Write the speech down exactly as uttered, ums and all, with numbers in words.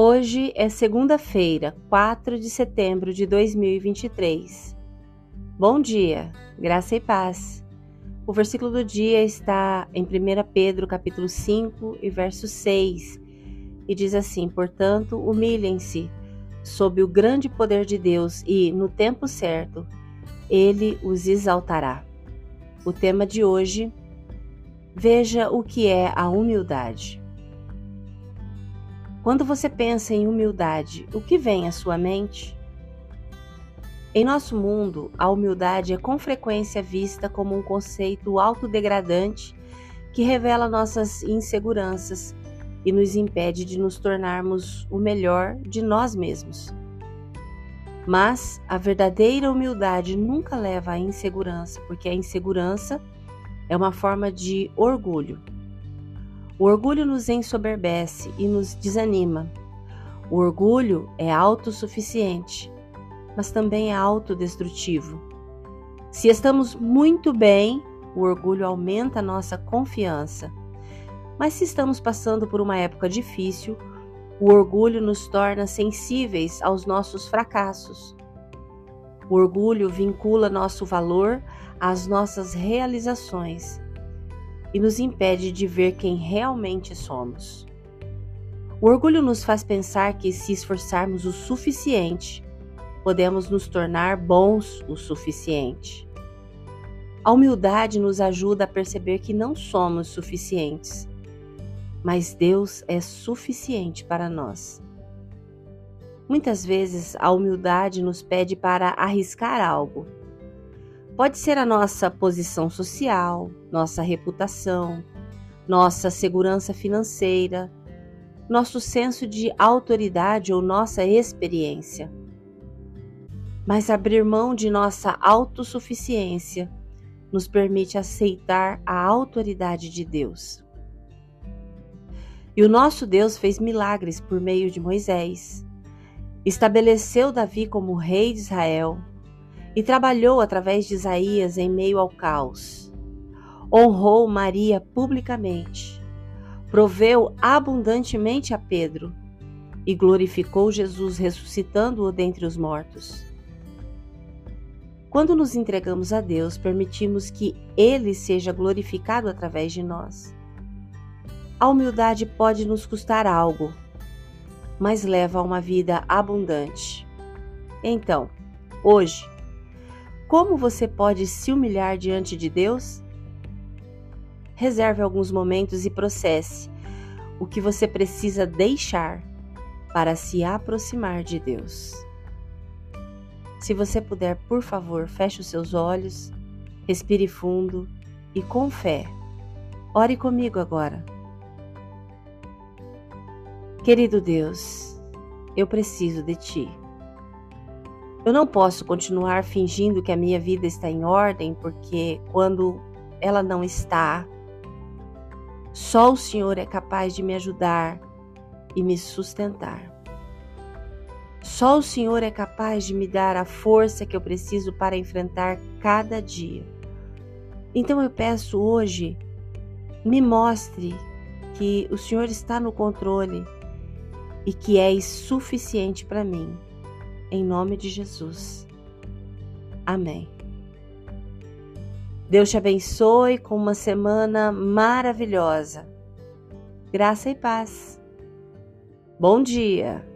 Hoje é segunda-feira, quatro de setembro de dois mil e vinte e três. Bom dia, graça e paz. O versículo do dia está em primeira Pedro, capítulo cinco, e verso seis, e diz assim: portanto, humilhem-se sob o grande poder de Deus e, no tempo certo, Ele os exaltará. O tema de hoje: veja o que é a humildade. Quando você pensa em humildade, o que vem à sua mente? Em nosso mundo, a humildade é com frequência vista como um conceito autodegradante que revela nossas inseguranças e nos impede de nos tornarmos o melhor de nós mesmos. Mas a verdadeira humildade nunca leva à insegurança, porque a insegurança é uma forma de orgulho. O orgulho nos ensoberbece e nos desanima. O orgulho é autossuficiente, mas também é autodestrutivo. Se estamos muito bem, o orgulho aumenta a nossa confiança. Mas se estamos passando por uma época difícil, o orgulho nos torna sensíveis aos nossos fracassos. O orgulho vincula nosso valor às nossas realizações e nos impede de ver quem realmente somos. O orgulho nos faz pensar que, se esforçarmos o suficiente, podemos nos tornar bons o suficiente. A humildade nos ajuda a perceber que não somos suficientes, mas Deus é suficiente para nós. Muitas vezes a humildade nos pede para arriscar algo. Pode ser a nossa posição social, nossa reputação, nossa segurança financeira, nosso senso de autoridade ou nossa experiência. Mas abrir mão de nossa autossuficiência nos permite aceitar a autoridade de Deus. E o nosso Deus fez milagres por meio de Moisés, estabeleceu Davi como rei de Israel, e trabalhou através de Isaías em meio ao caos. Honrou Maria publicamente, proveu abundantemente a Pedro e glorificou Jesus ressuscitando-o dentre os mortos. Quando nos entregamos a Deus, permitimos que Ele seja glorificado através de nós. A humildade pode nos custar algo, mas leva a uma vida abundante. Então, hoje, como você pode se humilhar diante de Deus? Reserve alguns momentos e processe o que você precisa deixar para se aproximar de Deus. Se você puder, por favor, feche os seus olhos, respire fundo e, com fé, ore comigo agora. Querido Deus, eu preciso de Ti. Eu não posso continuar fingindo que a minha vida está em ordem, porque quando ela não está, só o Senhor é capaz de me ajudar e me sustentar. Só o Senhor é capaz de me dar a força que eu preciso para enfrentar cada dia. Então eu peço hoje, me mostre que o Senhor está no controle e que és suficiente para mim. Em nome de Jesus. Amém. Deus te abençoe com uma semana maravilhosa. Graça e paz. Bom dia.